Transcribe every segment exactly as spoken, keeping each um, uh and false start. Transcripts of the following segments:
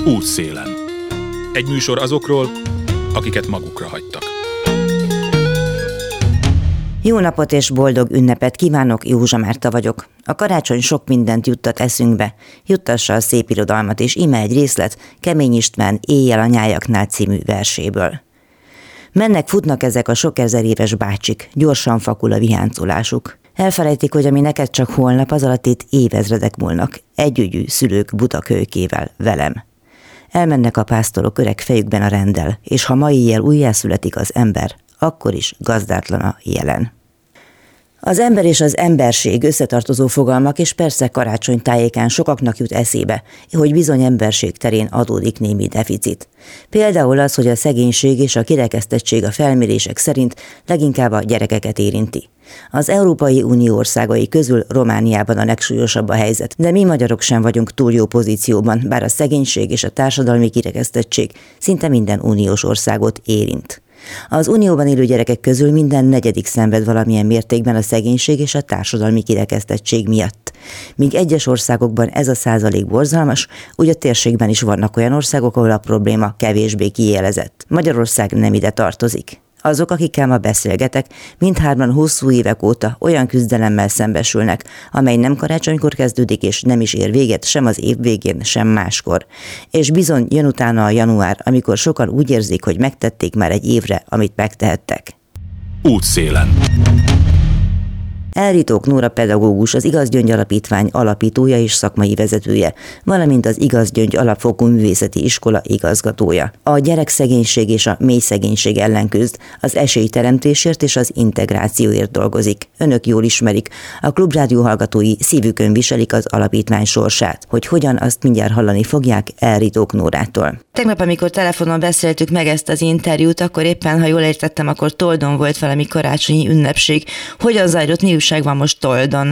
Útszélen. Egy műsor azokról, akiket magukra hagytak. Jó napot és boldog ünnepet kívánok, Józsa Márta vagyok. A karácsony sok mindent juttat eszünkbe. Juttassa a szép irodalmat, és íme egy részlet Kemény István Éjjel a nyájaknál című verséből. Mennek, futnak ezek a sok ezer éves bácsik, gyorsan fakul a viháncolásuk. Elfelejtik, hogy ami neked csak holnap, az alatt itt évezredek múlnak, együgyű szülők buta kölykével, velem. Elmennek a pásztorok öreg fejükben a renddel, és ha ma éjjel újjászületik az ember, akkor is gazdátlan a jelen. Az ember és az emberség összetartozó fogalmak, és persze karácsony tájékán sokaknak jut eszébe, hogy bizony emberség terén adódik némi deficit. Például az, hogy a szegénység és a kirekesztettség a felmérések szerint leginkább a gyerekeket érinti. Az Európai Unió országai közül Romániában a legsúlyosabb a helyzet, de mi magyarok sem vagyunk túl jó pozícióban, bár a szegénység és a társadalmi kirekesztettség szinte minden uniós országot érint. Az unióban élő gyerekek közül minden negyedik szenved valamilyen mértékben a szegénység és a társadalmi kirekesztettség miatt. Míg egyes országokban ez a százalék borzalmas, úgy a térségben is vannak olyan országok, ahol a probléma kevésbé kiélezett. Magyarország nem ide tartozik. Azok, akikkel ma beszélgetek, mindhárman hosszú évek óta olyan küzdelemmel szembesülnek, amely nem karácsonykor kezdődik, és nem is ér véget sem az év végén, sem máskor. És bizony jön utána a január, amikor sokan úgy érzik, hogy megtették már egy évre, amit megtehettek. Útszélen. Elritók Nóra pedagógus, az Igaz Gyöngy Alapítvány alapítója és szakmai vezetője, valamint az Igaz Gyöngy Alapfokú Művészeti Iskola igazgatója. A gyerekszegénység és a mély szegénység ellen küzd, az esélyteremtésért és az integrációért dolgozik. Önök jól ismerik, a Klubrádió hallgatói szívükön viselik az alapítvány sorsát. Hogy hogyan, azt mindjárt hallani fogják Elritók Nórától. Tegnap, amikor telefonon beszéltük meg ezt az interjút, akkor éppen, ha jól értettem, akkor Toldon volt valami karácsonyi ünnepség. Hogyan zajlott, mi újság van most Toldon?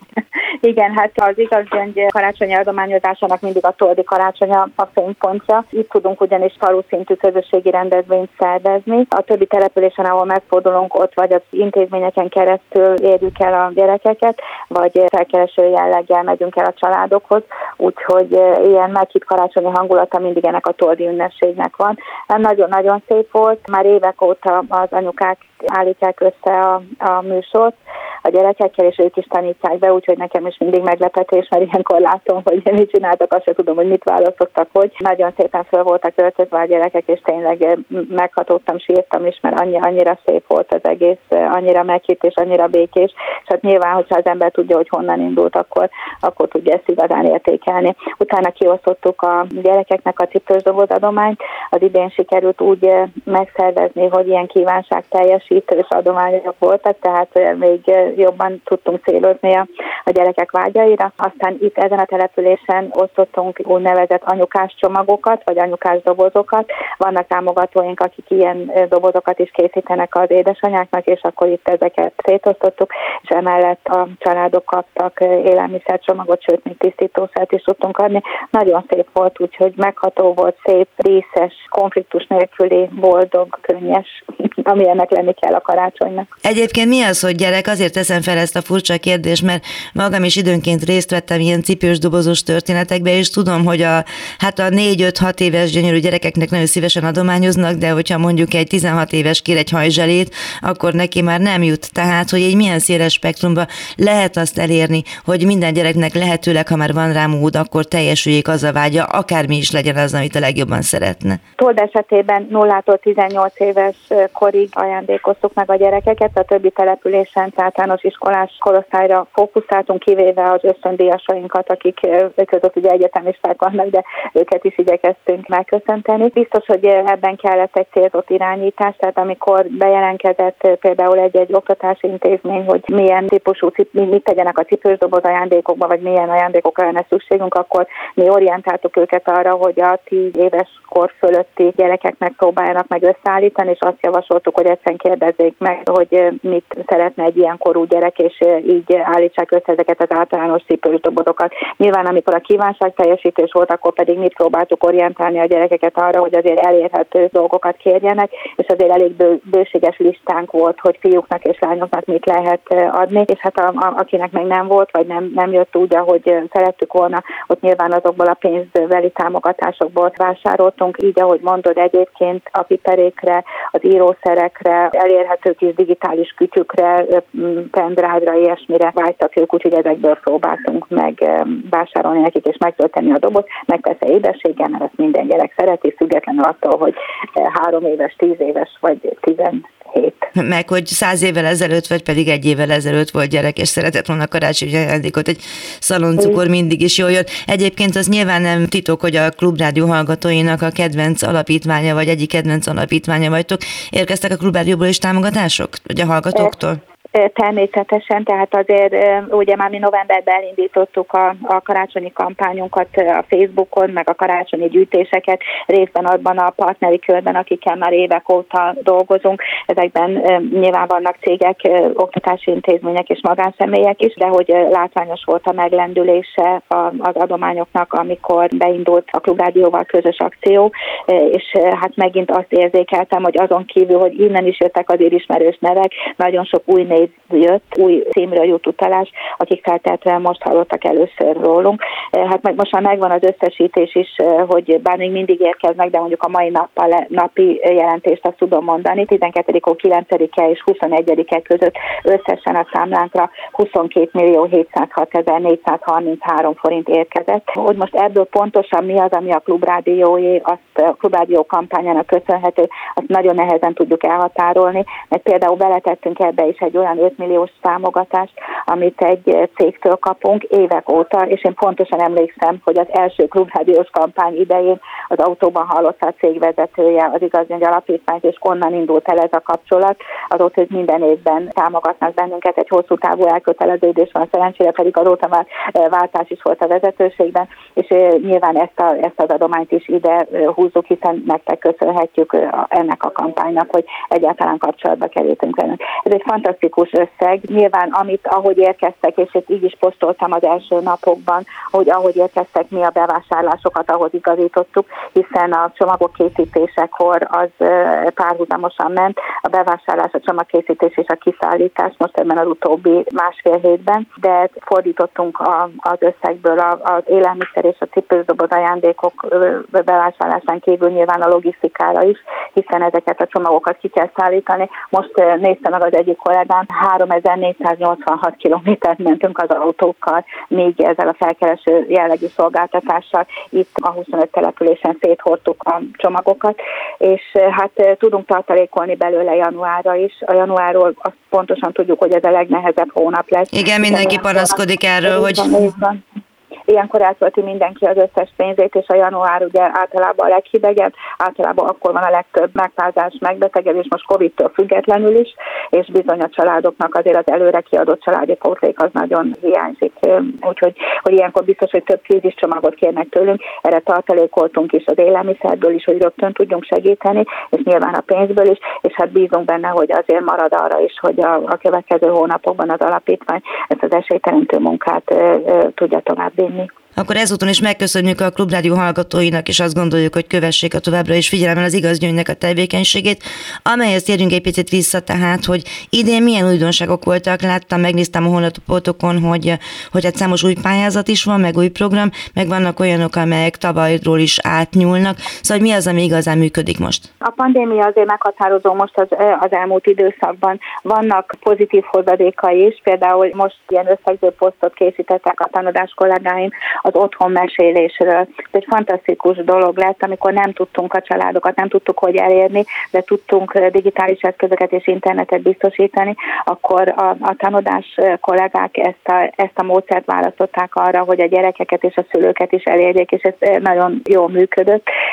Igen, hát az Igaz Gyöngy karácsonyi adományozásának mindig a toldi karácsony a fénypontja. Itt tudunk ugyanis falu szintű közösségi rendezvényt szervezni. A többi településen, ahol megfordulunk, ott vagy az intézményeken keresztül érjük el a gyerekeket, vagy felkereső jelleggel megyünk el a családokhoz, úgyhogy ilyen meghitt karácsonyi hangulata mindig ennek a toldi ünnepségnek van. Nagyon-nagyon szép volt, már évek óta az anyukák állítják össze a, a műsort a gyerekekkel, és ők is tanítják be, úgyhogy nekem is mindig meglepetés, mert ilyenkor látom, hogy mit csináltak, azt sem tudom, hogy mit választottak, hogy nagyon szépen föl voltak öltözve a gyerekek, és tényleg meghatódtam, sírtam is, mert annyi, annyira szép volt az egész, annyira meghitt és annyira békés, és hát nyilván, hogyha az ember tudja, hogy honnan indult, akkor, akkor tudja ezt igazán értékelni. Utána kiosztottuk a gyerekeknek a cipős dobozadományt, az idén sikerült úgy megszervezni, hogy ilyen kívánságteljesítős adományok voltak, tehát még jobban tudtunk célozni a, a gyerekek vágyaira. Aztán itt ezen a településen osztottunk úgynevezett anyukás csomagokat, vagy anyukás dobozokat. Vannak támogatóink, akik ilyen dobozokat is készítenek az édesanyáknak, és akkor itt ezeket szétosztottuk, és emellett a családok kaptak élelmiszercsomagot, sőt, még tisztítószert is tudtunk adni. Nagyon szép volt, úgyhogy megható volt, szép, díszes, konfliktus nélküli, boldog, könnyes, ami ennek lenni kell a karácsonynak. Egyébként mi az, hogy gyerek? Azért teszem fel ezt a furcsa kérdést, mert magam is időnként részt vettem ilyen cipős dobozos történetekbe, és tudom, hogy a, hát a négy-öt-hat éves gyönyörű gyerekeknek nagyon szívesen adományoznak, de hogyha mondjuk egy tizenhat éves kér egy hajzselét, akkor neki már nem jut. Tehát, hogy egy milyen széles spektrumban lehet azt elérni, hogy minden gyereknek lehetőleg, ha már van rá mód, akkor teljesüljék az a vágya, akármi is legyen az, amit a legjobban szeretne. Told esetében nullától tizennyolc éves korig ajándékoztuk meg a gyerekeket, a többi településen általános iskolás korosztályra fókuszáltunk, kivéve az ösztöndíjasainkat, akik között ugye egyetemisták vannak, de őket is igyekeztünk megköszönteni. Biztos, hogy ebben kellett egy célzott irányítás, tehát amikor bejelentkezett például egy-egy oktatási intézmény, hogy milyen típusú, mit tegyenek a cipős doboz ajándékokba, vagy milyen ajándékokra lenne szükségünk, akkor mi orientáltuk őket arra, hogy a tíz éves kor fölötti gyerekeknek próbáljanak meg összeállítani, és azt javasoltuk, hogy egyszerűen kérdezzék meg, hogy mit szeretne egy ilyen korú gyerek, és így állítsák össze ezeket az általános cipős dobozokat. Nyilván, amikor a kívánságteljesítés volt, akkor pedig mi próbáltuk orientálni a gyerekeket arra, hogy azért elérhető dolgokat kérjenek, és azért elég bő, bőséges listánk volt, hogy fiúknak és lányoknak mit lehet adni, és hát a, a, akinek meg nem volt, vagy nem, nem jött úgy, ahogy szerettük volna, ott nyilván azokból a pénzbeli támogatásokból vásároltunk, így ahogy mondod, egyébként a piperékre, az írószerekre, elérhető kis digitális kütyükre, pendrive-ra, ilyesmire vágytak ők, úgyhogy ezekből próbáltunk meg vásárolni nekik és megtölteni a dobot, meg persze édességgel, mert ezt minden gyerek szereti, függetlenül attól, hogy három éves, tíz éves vagy tizenhét. Meg, hogy száz évvel ezelőtt, vagy pedig egy évvel ezelőtt volt gyerek, és szeretett volna karácsonyi ajándékot, egy szaloncukor mindig is jól jön. Egyébként az nyilván nem titok, hogy a Klubrádió hallgatóinak a kedvenc alapítványa, vagy egyik kedvenc alapítványa vagytok. Érkeztek a Klubrádióból is támogatások, vagy a hallgatóktól? Természetesen, tehát azért ugye már mi novemberben elindítottuk a, a karácsonyi kampányunkat a Facebookon, meg a karácsonyi gyűjtéseket, részben abban a partneri körben, akikkel már évek óta dolgozunk. Ezekben nyilván vannak cégek, oktatási intézmények és magánszemélyek is, de hogy látványos volt a meglendülése az adományoknak, amikor beindult a Klubrádióval közös akció, és hát megint azt érzékeltem, hogy azon kívül, hogy innen is jöttek azért ismerős nevek, nagyon sok új név jött, új címről jut utalás, akik feltétlenül most hallottak először rólunk. Hát meg most már megvan az összesítés is, hogy bár még mindig érkeznek, de mondjuk a mai nappal, napi jelentést azt tudom mondani, tizenkettedike kilencedike és huszonegyedike között összesen a számlánkra huszonkét millió hétszázhat ezer-négyszázharminchárom forint érkezett. Hogy most ebből pontosan mi az, ami a Klubrádióé, azt a Klubrádió kampányának köszönhető, azt nagyon nehezen tudjuk elhatárolni, mert például beletettünk ebbe is egy olyan öt milliós támogatást, amit egy cégtől kapunk évek óta, és én pontosan emlékszem, hogy az első Klubrádiós kampány idején az autóban hallotta a cégvezetője az Igazgyöngy Alapítványt, és onnan indult el ez a kapcsolat. Azóta, hogy minden évben támogatnak bennünket, egy hosszú távú elköteleződés van, szerencsére pedig azóta már váltás is volt a vezetőségben, és nyilván ezt, a, ezt az adományt is ide húzzuk, hiszen nektek köszönhetjük ennek a kampánynak, hogy egyáltalán kapcsolatba kerültünk velünk. Ez egy fantasztikus összeg. Nyilván, amit ahogy érkeztek, és itt így is posztoltam az első napokban, hogy ahogy érkeztek, mi a bevásárlásokat ahhoz igazítottuk, hiszen a csomagok készítésekor az párhuzamosan ment, a bevásárlás, a csomagkészítés és a kiszállítás most ebben az utóbbi másfél hétben, de fordítottunk a, az összegből az élelmiszer és a cipősdoboz ajándékok bevásárlásán kívül nyilván a logisztikára is, hiszen ezeket a csomagokat ki kell szállítani. Most néztem meg az egyik kollégám, háromezer-négyszáznyolcvanhat kilométert mentünk az autókkal, még ezzel a felkereső jellegű szolgáltatással. Itt a huszonöt településen széthordtuk a csomagokat, és hát tudunk tartalékolni belőle januárra is. A januárról azt pontosan tudjuk, hogy ez a legnehezebb hónap lesz. Igen, mindenki panaszkodik erről, hogy... Ilyenkor eltölti mindenki az összes pénzét, és a január ugye általában a leghidegebb, általában akkor van a legtöbb megfázás, megbetegedés, most Covid-től függetlenül is, és bizony a családoknak azért az előre kiadott családi pótlék az nagyon hiányzik. Úgyhogy hogy ilyenkor biztos, hogy több kríziscsomagot kérnek tőlünk, erre tartalékoltunk is az élelmiszerből is, hogy rögtön tudjunk segíteni, és nyilván a pénzből is, és hát bízunk benne, hogy azért marad arra is, hogy a, a következő hónapokban az alapítvány ezt az esélyteremtő munkát e, e, tudja továbbvinni. Akkor ezúton is megköszönjük a Klubrádió hallgatóinak, és azt gondoljuk, hogy kövessék a továbbra is figyelemmel az Igazgyöngynek a tevékenységét, amelyhez térjünk egy picit vissza, tehát, hogy idén milyen újdonságok voltak. Láttam, megnéztem a honlapotokon, hogy, hogy egy számos új pályázat is van, meg új program, meg vannak olyanok, amelyek tavalyról is átnyúlnak. Szóval mi az, ami igazán működik most? A pandémia azért meghatározó most az, az elmúlt időszakban. Vannak pozitív hozadékai is, például most ilyen összegző posztot készítettek a tanodás kollégáim az otthon mesélésről. Ez egy fantasztikus dolog lett, amikor nem tudtunk a családokat, nem tudtuk, hogy elérni, de tudtunk digitális eszközöket és internetet biztosítani, akkor a, a tanodás kollégák ezt a, ezt a módszert választották arra, hogy a gyerekeket és a szülőket is elérjék, és ez nagyon jól működött,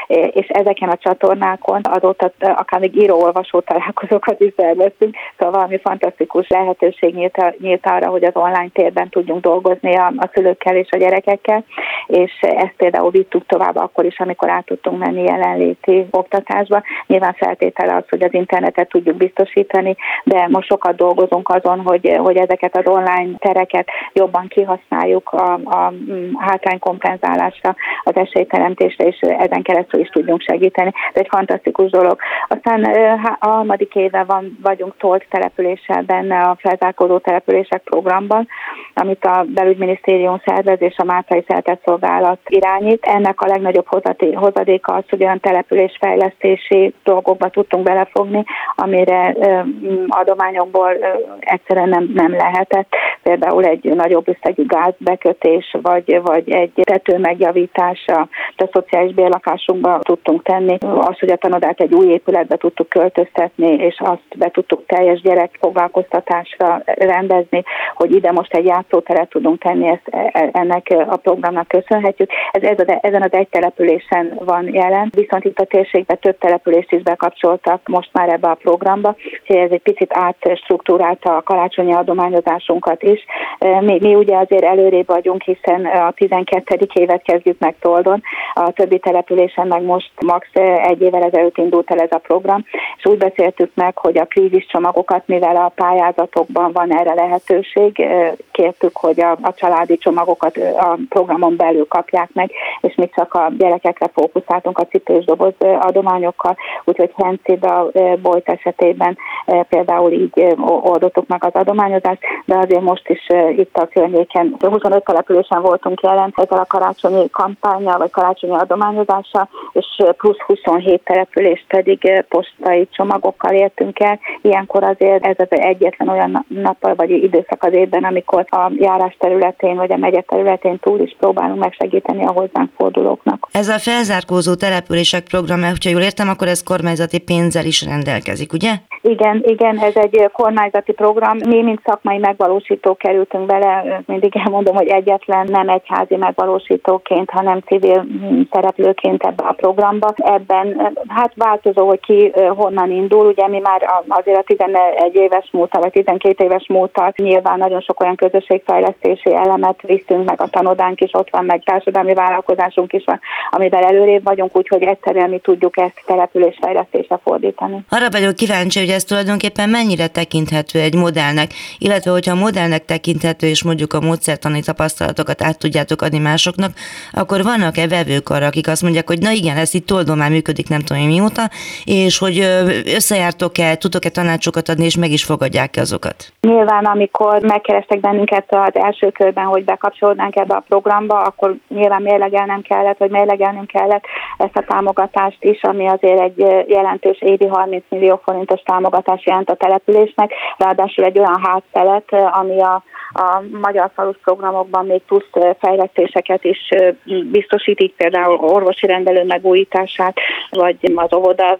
és ezeken a csatornákon adott, akár még író-olvasó találkozókat is szerveztünk, szóval valami fantasztikus lehetőség nyílt, nyílt arra, hogy az online térben tudjunk dolgozni a, a szülőkkel és a gyerekekkel, és ezt például vittük tovább akkor is, amikor át tudtunk menni jelenléti oktatásba. Nyilván feltétele az, hogy az internetet tudjuk biztosítani, de most sokat dolgozunk azon, hogy, hogy ezeket az online tereket jobban kihasználjuk a, a hátránykompenzálásra, az esélyteremtésre, és ezen keresztül is tudjunk segíteni. Ez egy fantasztikus dolog. Aztán a harmadik éve van, vagyunk tolt településsel benne a felzárkózó települések programban, amit a Belügyminisztérium szervez és a Máltai Szertesszolgálat irányít. Ennek a legnagyobb hozadéka az, hogy olyan településfejlesztési dolgokba tudtunk belefogni, amire adományokból egyszerűen nem, nem lehetett. Például egy nagyobb összegű gázbekötés, vagy, vagy egy tető megjavítása, a szociális bérlakásunkba tudtunk tenni. Az, hogy a tanodát egy új épületbe tudtuk költöztetni, és azt be tudtuk teljes gyerekfoglalkoztatásra rendezni, hogy ide most egy játszóteret tudunk tenni, ezt ennek a programnak köszönhetjük. Ez, ez a, ezen az egy településen van jelen, viszont itt a térségben több települést is bekapcsoltak most már ebbe a programba, úgyhogy ez egy picit átstruktúrálta a karácsonyi adományozásunkat is. Mi, mi ugye azért előrébb vagyunk, hiszen a tizenkettedik évet kezdjük meg Toldon, a többi településen meg most max. egy évvel ezelőtt indult el ez a program, és úgy beszéltük meg, hogy a kríziscsomagokat, mivel a pályázatokban van erre lehetőség, kértük, hogy a, a családi csomagokat a programon belül kapják meg, és mi csak a gyerekekre fókuszáltunk a cipősdoboz adományokkal, úgyhogy Hencida, Bojt esetében például így oldottuk meg az adományozást, de azért most is itt a környéken huszonöt településen voltunk jelen ezzel a karácsonyi kampánnyal, vagy karácsonyi adományozással, és plusz huszonhét települést pedig postai csomagokkal értünk el. Ilyenkor azért ez az egyetlen olyan nap vagy időszak az évben, amikor a járás területén vagy a megye területén túl is próbálunk megsegíteni a hozzánk fordulóknak. Ez a felzárkózó települések programja, hogyha jól értem, akkor ez kormányzati pénzzel is rendelkezik, ugye? Igen, igen, ez egy kormányzati program. Mi, mint szakmai megvalósítók kerültünk bele, mindig elmondom, hogy egyetlen nem egyházi megvalósítóként, hanem civil szereplőként ebbe a programba. Ebben hát változó, hogy ki honnan indul. Ugye mi már azért a tizenegy éves múltal, vagy tizenkét éves múltal nyilván nagyon sok olyan közösségfejlesztési elemet viszünk, meg a tanodánk is ott van, meg társadalmi vállalkozásunk is van, amivel előrébb vagyunk, úgyhogy egyszerűen mi tudjuk ezt településfejlesztésre fordítani. Arra vagyok kíváncsi, hogy ez tulajdonképpen mennyire tekinthető egy modellnek, illetve hogyha modellnek tekinthető, és mondjuk a módszertani tapasztalatokat át tudjátok adni másoknak, akkor vannak-e vevők arra, akik azt mondják, hogy na igen, ez itt Toldon már működik nem tudom mióta, és hogy összejártok-e, tudtok-e tanácsokat adni, és meg is fogadják azokat? Nyilván, amikor megkerestek bennünket az első körben, hogy bekapcsolódnánk ebbe a programba, akkor nyilván mérlegelnem kellett, vagy mérlegelnünk kellett ezt a támogatást is, ami azért egy jelentős évi harminc millió forintos támogatás jelent a településnek, ráadásul egy olyan háztelet, ami a a magyar falus programokban még plusz fejlesztéseket is biztosít, így például orvosi rendelő megújítását, vagy az óvoda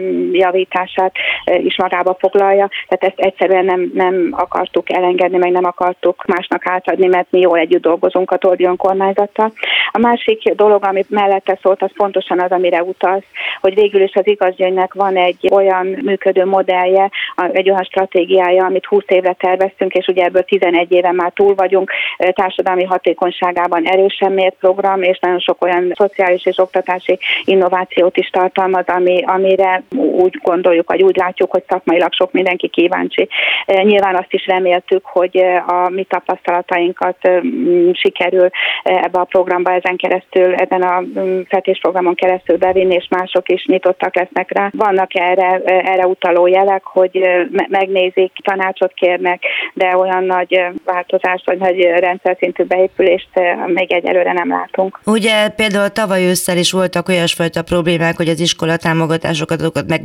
javítását is magába foglalja. Tehát ezt egyszerűen nem, nem akartuk elengedni, meg nem akartuk másnak átadni, mert mi jól együtt dolgozunk a toldi önkormányzattal. A másik dolog, amit mellette szólt, az pontosan az, amire utalsz, hogy végül is az Igazgyöngynek van egy olyan működő modellje, egy olyan stratégiája, amit húsz évre terveztünk, és ugye ebből tizenegy éven már túl vagyunk, társadalmi hatékonyságában erősen mért program, és nagyon sok olyan szociális és oktatási innovációt is tartalmaz, ami, amire úgy gondoljuk, vagy úgy látjuk, hogy szakmailag sok mindenki kíváncsi. Nyilván azt is reméltük, hogy a mi tapasztalatainkat sikerül ebbe a programba ezen keresztül, ezen a feltésprogramon keresztül bevinni, és mások is nyitottak lesznek rá. Vannak erre, erre utaló jelek, hogy megnézik, tanácsot kérnek, de olyan nagy változást, vagy nagy rendszer szintű beépülést még egyelőre nem látunk. Ugye például tavaly ősszel is voltak olyasfajta problémák, hogy az iskola támogatásokat azokat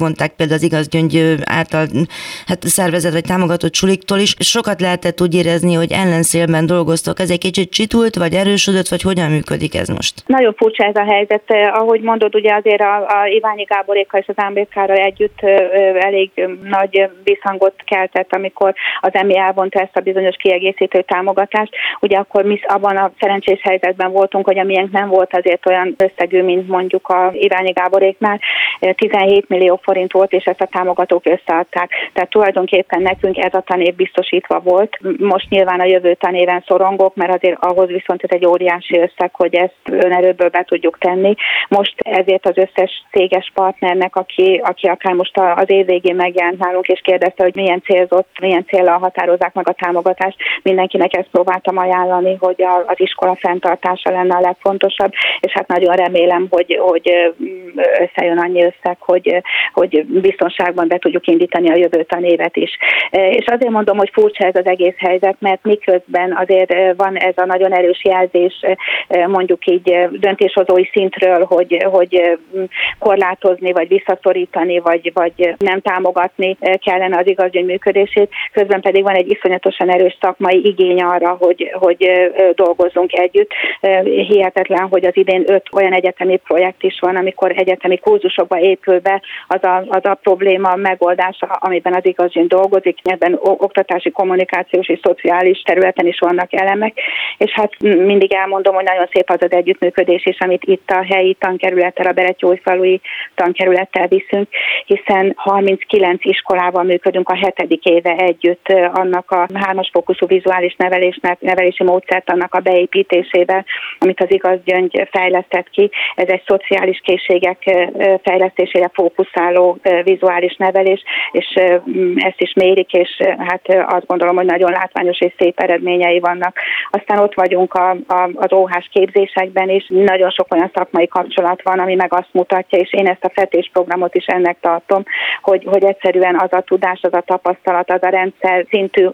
bevonták például az Igaz Gyöngy által hát szervezett vagy támogatott suliktól is. Sokat lehetett úgy érezni, hogy ellenszélben dolgoztok. Ez egy kicsit csitult, vagy erősödött, vagy hogyan működik ez most? Nagyon furcsa ez a helyzet. Ahogy mondod, ugye azért a, a Iványi Gáborékkal és az Ámbékárral együtt elég nagy visszhangot keltett, amikor az em i elvonta ezt a bizonyos kiegészítő támogatást. Ugye akkor mi abban a szerencsés helyzetben voltunk, hogy a miénk nem volt azért olyan összegű, mint mondjuk a Iványi Gáboréknál. tizenhét millió forint volt, és ezt a támogatók összeadták. Tehát tulajdonképpen nekünk ez a tanév biztosítva volt. Most nyilván a jövő tanéven szorongok, mert azért ahhoz viszont ez egy óriási összeg, hogy ezt önerőből be tudjuk tenni. Most ezért az összes céges partnernek, aki, aki akár most az év végén megjelent nálunk, és kérdezte, hogy milyen célzott, milyen céllal határozzák meg a támogatást, mindenkinek ezt próbáltam ajánlani, hogy az iskola fenntartása lenne a legfontosabb, és hát nagyon remélem, hogy, hogy összejön annyi összeg, hogy, hogy biztonságban be tudjuk indítani a jövő tanévet is. És azért mondom, hogy furcsa ez az egész helyzet, mert miközben azért van ez a nagyon erős jelzés, mondjuk így döntéshozói szintről, hogy, hogy korlátozni, vagy visszaszorítani, vagy, vagy nem támogatni kellene az Igaz Gyöngy működését, közben pedig van egy iszonyatosan erős szakmai igény arra, hogy, hogy dolgozzunk együtt. Hihetetlen, hogy az idén öt olyan egyetemi projekt is van, amikor egyetemi kurzusokba épül be az a, az a probléma megoldása, amiben az Igaz Gyöngy dolgozik, ebben oktatási, kommunikációs és szociális területen is vannak elemek, és hát mindig elmondom, hogy nagyon szép az az együttműködés is, amit itt a helyi tankerülettel, a Berettyóújfalui tankerülettel viszünk, hiszen harminckilenc iskolával működünk a hetedik éve együtt annak a hármas fókuszú vizuális nevelésnek, nevelési módszertannak a beépítésével, amit az Igaz Gyöngy fejlesztett ki. Ez egy szociális készségek fejlesztésére fókuszáló vizuális nevelés, és ezt is mérik, és hát azt gondolom, hogy nagyon látványos és szép eredményei vannak. Aztán ott vagyunk a, a, az ó hás képzésekben is, nagyon sok olyan szakmai kapcsolat van, ami meg azt mutatja, és én ezt a FETÉS programot is ennek tartom, hogy, hogy egyszerűen az a tudás, az a tapasztalat, az a rendszer szintű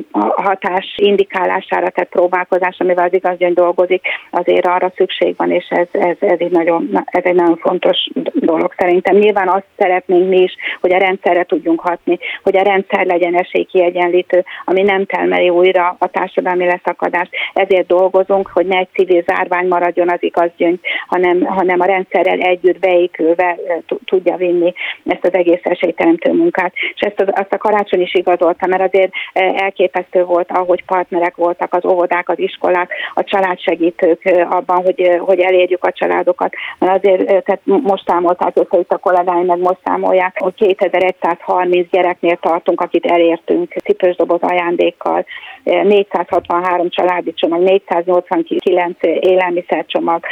hatás indikálására tett próbálkozás, amivel az Igaz Gyöngy dolgozik, azért arra szükség van, és ez, ez, ez, egy nagyon, ez egy nagyon fontos dolog szerintem. Nyilván azt szeretnénk mi is, hogy a rendszerre tudjunk hatni, hogy a rendszer legyen esélykiegyenlítő, ami nem termeli újra a társadalmi leszakadást. Ezért dolgozunk, hogy ne egy civil zárvány maradjon az Igaz Gyöngy, hanem, hanem a rendszerrel együtt beépülve tudja vinni ezt az egész esélyteremtő munkát. És ezt az, azt a Karácsony is igazolta, mert azért elképesztő volt, ahogy partnerek voltak az óvodák, az iskolák, a családsegítők abban, hogy, hogy elérjük a családokat. Mert azért, tehát most számolták össze itt a kollégáim, meg most számolják, hogy kétezer-százharminc gyereknél tartunk, akit elértünk cipős doboz ajándékkal, négyszázhatvanhárom családi csomag, négyszáznyolcvankilenc élelmiszercsomag.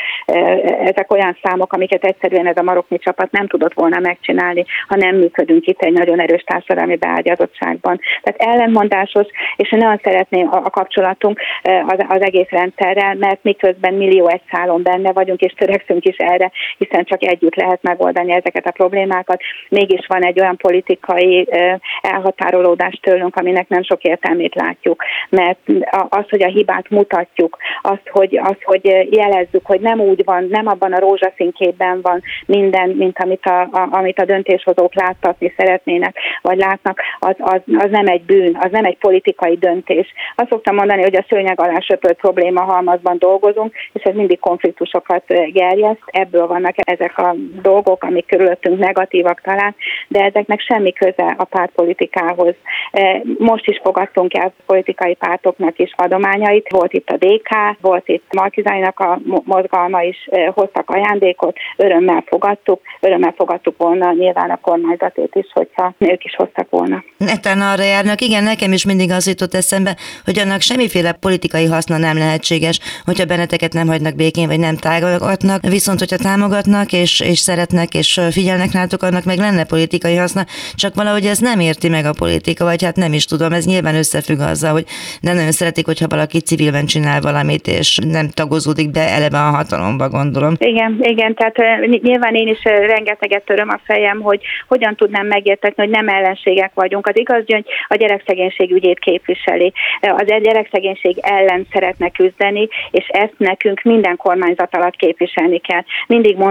Ezek olyan számok, amiket egyszerűen ez a maroknyi csapat nem tudott volna megcsinálni, ha nem működünk itt egy nagyon erős társadalmi beágyazottságban. Tehát ellentmondásos, és én nagyon szeretném a, a kapcsolatunk az, az egész rendszerrel, mert miközben millió egy szálon benne vagyunk, és törekszünk is erre, hiszen csak együtt lehet megoldani ezeket a problémákat. Mégis van egy olyan politikai elhatárolódás tőlünk, aminek nem sok értelmét látjuk. Mert az, hogy a hibát mutatjuk, azt, hogy, az, hogy jelezzük, hogy nem úgy van, nem abban a rózsaszínképben van minden, mint amit a, a, amit a döntéshozók láttatni szeretnének, vagy látnak, az, az, az nem egy bűn, az nem egy politikai döntés. Azt szoktam mondani, hogy a szőnyeg alá söpört probléma halmazban dolgozunk, és ez mindig konfliktusokat gerjeszt. Ebből vannak ezek a dolgok, amik körülöttünk negatívak talán, de ezeknek semmi köze a pártpolitikához. Most is fogadtunk el politikai pártoknak is adományait. Volt itt a dé ká, volt itt Markizáninak a mozgalma is, hoztak ajándékot, örömmel fogadtuk, örömmel fogadtuk volna nyilván a kormányzatét is, hogyha ők is hoztak volna. Netán arra járnak, igen, nekem is mindig az jutott eszembe, hogy annak semmiféle politikai haszna nem lehetséges, hogyha benneteket nem hagynak békén, vagy nem támogatnak, viszont hogyha támogatnak, és, és szeretnek, és figyelnek nálatok, annak meg lenne politikai haszna, csak valahogy ez nem érti meg a politika, vagy hát nem is tudom, ez nyilván összefügg azzal, hogy nem nagyon szeretik, hogyha valaki civilben csinál valamit, és nem tagozódik be eleve a hatalomba, gondolom. Igen, igen, tehát nyilván én is rengeteget töröm a fejem, hogy hogyan tudnám megértetni, hogy nem ellenségek vagyunk. Az Igaz Gyöngy a gyerekszegénység ügyét képviseli. Az gyerekszegénység ellen szeretne küzdeni, és ezt nekünk minden kormányzat alatt képviselni kell. Mindig mondom, hogy nem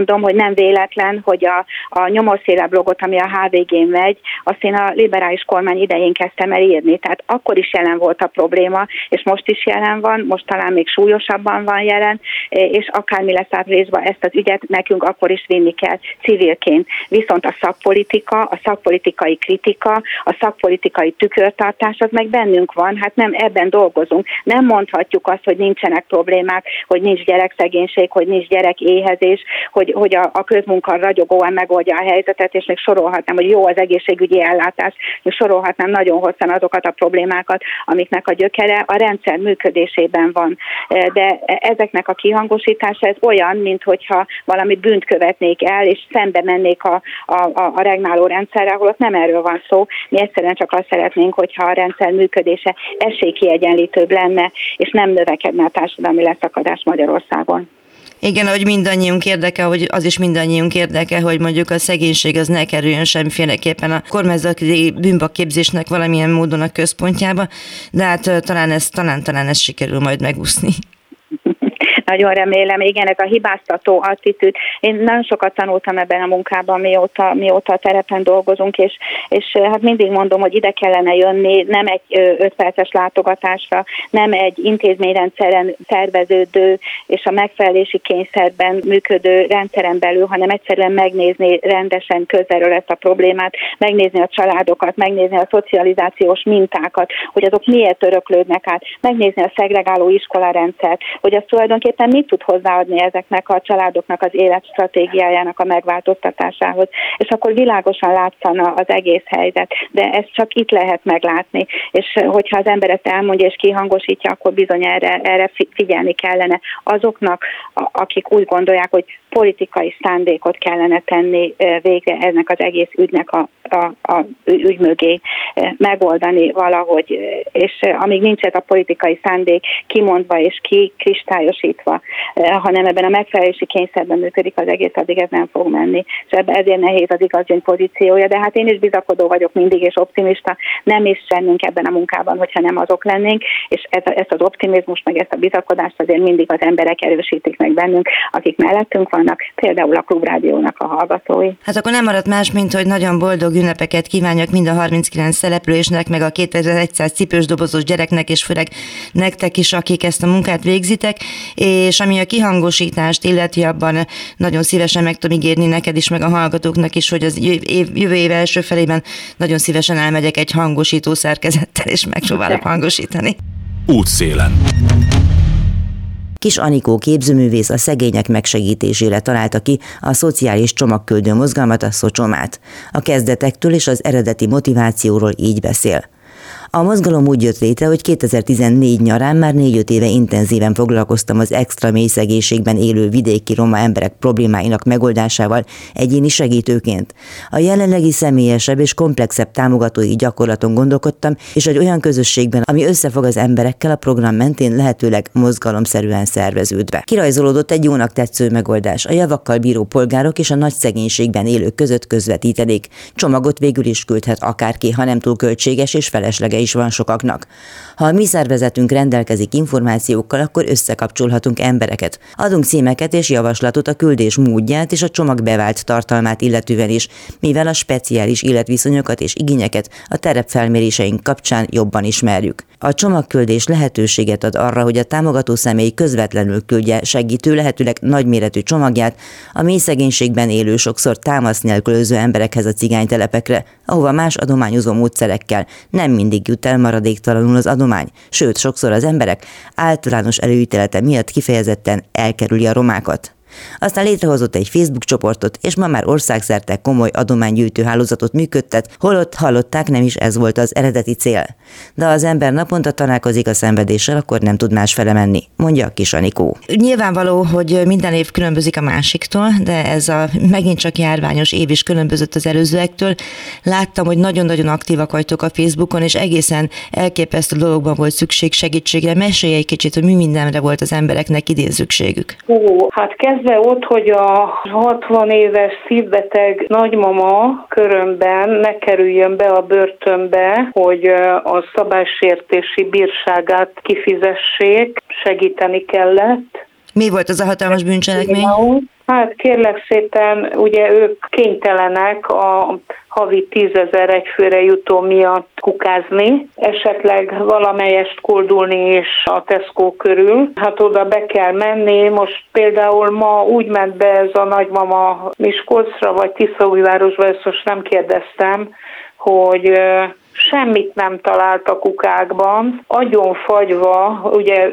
nem véletlen, hogy a, a Nyomorszéle blogot, ami a há vé gén megy, azt én a liberális kormány idején kezdtem el írni. Tehát akkor is jelen volt a probléma, és most is jelen van, most talán még súlyosabban van jelen, és akármi lesz áprilisban, ezt az ügyet nekünk akkor is vinni kell civilként. Viszont a szakpolitika, a szakpolitikai kritika, a szakpolitikai tükörtartás az meg bennünk van, hát nem ebben dolgozunk. Nem mondhatjuk azt, hogy nincsenek problémák, hogy nincs gyerekszegénység, hogy nincs gyerekéhezés, hogy, hogy a, a közmunka ragyogóan megoldja a helyzetet, és még sorolhatnám, hogy jó az egészségügyi ellátás, és sorolhatnám nagyon hosszan azokat a problémákat, amiknek a gyökere a rendszer működésében van. De ezeknek a kihangosítása ez olyan, minthogyha valami bűnt követnék el, és szembe mennék a, a, a regnáló rendszerrel, ahol ott nem erről van szó. Mi egyszerűen csak azt szeretnénk, hogyha a rendszer működése esélykiegyenlítőbb lenne, és nem növekedne a társadalmi leszakadás Magyarországon. Igen, hogy mindannyiunk érdeke, hogy az is mindannyiunk érdeke, hogy mondjuk a szegénység az ne kerüljön semmiféleképpen a kormányzati bűnbakképzésnek valamilyen módon a központjába, de hát talán ez, talán, talán ez sikerül majd megúszni. Nagyon remélem, igen, ez a hibáztató attitűd. Én nagyon sokat tanultam ebben a munkában, mióta, mióta a terepen dolgozunk, és, és hát mindig mondom, hogy ide kellene jönni, nem egy öt perces látogatásra, nem egy intézményrendszeren szerveződő és a megfelelési kényszerben működő rendszeren belül, hanem egyszerűen megnézni rendesen közelről ezt a problémát, megnézni a családokat, megnézni a szocializációs mintákat, hogy azok miért öröklődnek át, megnézni a szegregáló iskolarendszert, hogy az tulajdonképpen mit tud hozzáadni ezeknek a családoknak az életstratégiájának a megváltoztatásához. És akkor világosan látszana az egész helyzet, de ezt csak itt lehet meglátni. És hogyha az ember ezt elmondja és kihangosítja, akkor bizony erre, erre figyelni kellene azoknak, akik úgy gondolják, hogy politikai szándékot kellene tenni végre ennek az egész ügynek a, a, a ügy mögé, megoldani valahogy, és amíg nincs ez a politikai szándék kimondva és kikristályosítva, hanem ebben a megfelelési kényszerben működik az egész, addig ez nem fog menni. És ebben ezért nehéz az igazgyöngy pozíciója, de hát én is bizakodó vagyok mindig, és optimista, nem is lennünk ebben a munkában, hogyha nem azok lennénk, és ez, ezt az optimizmus, meg ezt a bizakodást azért mindig az emberek erősítik meg bennünk, akik mellettünk vannak, például a Klubrádiónak a hallgatói. Hát akkor nem maradt más, mint hogy nagyon boldog ünnepeket kívánjak mind a harminckilenc szereplősnek, meg a kétezer-száz cipős dobozos gyereknek, és főleg nektek is, akik ezt a munkát végzitek, és ami a kihangosítást illeti, abban nagyon szívesen meg tudom ígérni neked is, meg a hallgatóknak is, hogy az év, jövő év első felében nagyon szívesen elmegyek egy hangosító szerkezettel, és megpróbálok hangosítani. Útszélen. Kis Anikó képzőművész a szegények megsegítésére találta ki a szociális csomagküldő mozgalmat, a Szocsomát. A kezdetektől és az eredeti motivációról így beszél. A mozgalom úgy jött létre, hogy kétezer-tizennégy nyarán már négy-öt éve intenzíven foglalkoztam az extra mély szegénységben élő vidéki roma emberek problémáinak megoldásával egyéni segítőként. A jelenlegi személyesebb és komplexebb támogatói gyakorlaton gondolkodtam, és egy olyan közösségben, ami összefog az emberekkel a program mentén lehetőleg mozgalomszerűen szerveződve. Kirajzolódott egy jónak tetsző megoldás, a javakkal bíró polgárok és a nagy szegénységben élők között közvetítenék. Csomagot végül is küldhet akárki, ha nem túl költséges és felesleges is van sokaknak. Ha a mi szervezetünk rendelkezik információkkal, akkor összekapcsolhatunk embereket. Adunk címeket és javaslatot a küldés módját és a csomag bevált tartalmát illetően is, mivel a speciális életviszonyokat és igényeket a terepfelméréseink kapcsán jobban ismerjük. A csomagküldés lehetőséget ad arra, hogy a támogató személy közvetlenül küldje segítő, lehetőleg nagyméretű csomagját a mély szegénységben élő, sokszor támasz nélkülöző emberekhez a cigánytelepekre, ahova más adományozó módszerekkel nem mindig jut el maradéktalanul az adomány, sőt, sokszor az emberek általános előítélete miatt kifejezetten elkerüli a romákat. Aztán létrehozott egy Facebook csoportot, és ma már országszerte komoly adománygyűjtő hálózatot működtet, holott hallották, nem is ez volt az eredeti cél. De ha az ember naponta találkozik a szenvedéssel, akkor nem tud másfele menni, mondja Kis Anikó. Nyilvánvaló, hogy minden év különbözik a másiktól, de ez a megint csak járványos év is különbözött az előzőektől. Láttam, hogy nagyon-nagyon aktívak vagytok a Facebookon, és egészen elképesztő dologban volt szükség segítségre. Mesélj egy kicsit, hogy mi mindenre volt az embereknek idén szükségük. Ó, hát kezdve ott, hogy a hatvan éves szívbeteg nagymama körömben ne kerüljön be a börtönbe, hogy a szabálysértési bírságát kifizessék, segíteni kellett. Mi volt az a hatalmas bűncselekmény? Hát kérlek szépen, ugye ők kénytelenek a havi tízezer egyfőre jutó miatt kukázni, esetleg valamelyest koldulni is a Tesco körül. Hát oda be kell menni, most például ma úgy ment be ez a nagymama Miskolcra, vagy Tiszaújvárosba, ezt most nem kérdeztem, hogy semmit nem talált a kukákban, agyon fagyva, ugye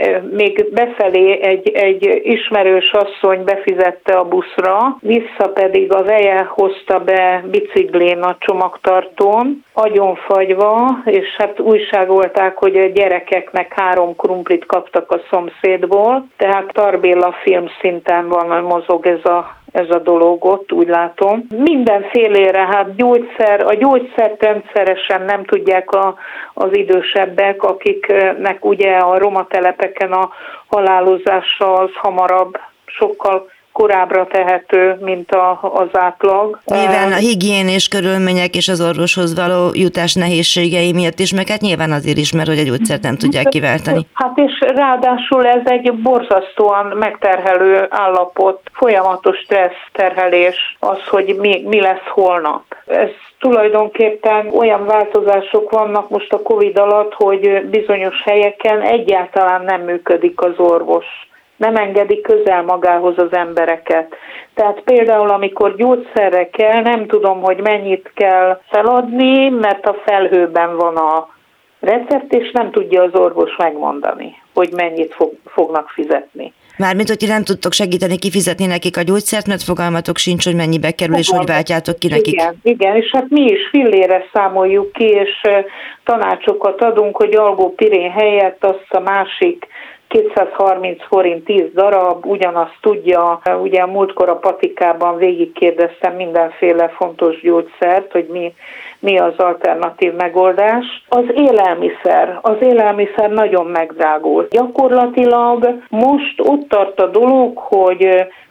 még befelé egy, egy ismerős asszony befizette a buszra, vissza pedig a veje hozta be biciklén a csomagtartón, agyon fagyva, és hát újságolták, hogy a gyerekeknek három krumplit kaptak a szomszédból, tehát Tarbéla film szinten van, mozog ez a ez a dolog ott, úgy látom. Mindenfélére, hát gyógyszer, a gyógyszert rendszeresen nem tudják a, az idősebbek, akiknek ugye a romatelepeken a halálozása az hamarabb, sokkal korábbra tehető, mint a, az átlag. Nyilván a higiénés körülmények és az orvoshoz való jutás nehézségei miatt is, meg hát nyilván azért is, mert hogy a gyógyszert nem tudják kiváltani. Hát és ráadásul ez egy borzasztóan megterhelő állapot, folyamatos stressz terhelés, az, hogy mi, mi lesz holnap. Ez tulajdonképpen olyan változások vannak most a Covid alatt, hogy bizonyos helyeken egyáltalán nem működik az orvos. Nem engedi közel magához az embereket. Tehát például, amikor gyógyszerre kell, nem tudom, hogy mennyit kell feladni, mert a felhőben van a recept, és nem tudja az orvos megmondani, hogy mennyit fog, fognak fizetni. Mármint, hogy nem tudtok segíteni kifizetni nekik a gyógyszert, mert fogalmatok sincs, hogy mennyibe kerül, és hogy váltjátok ki nekik. Igen, igen, és hát mi is fillére számoljuk ki, és tanácsokat adunk, hogy algópirén helyett azt a másik kétszázharminc forint tíz darab, ugyanazt tudja, ugye a múltkor a patikában végigkérdeztem mindenféle fontos gyógyszert, hogy mi, mi az alternatív megoldás. Az élelmiszer, az élelmiszer nagyon megdrágult. Gyakorlatilag most ott tart a dolog, hogy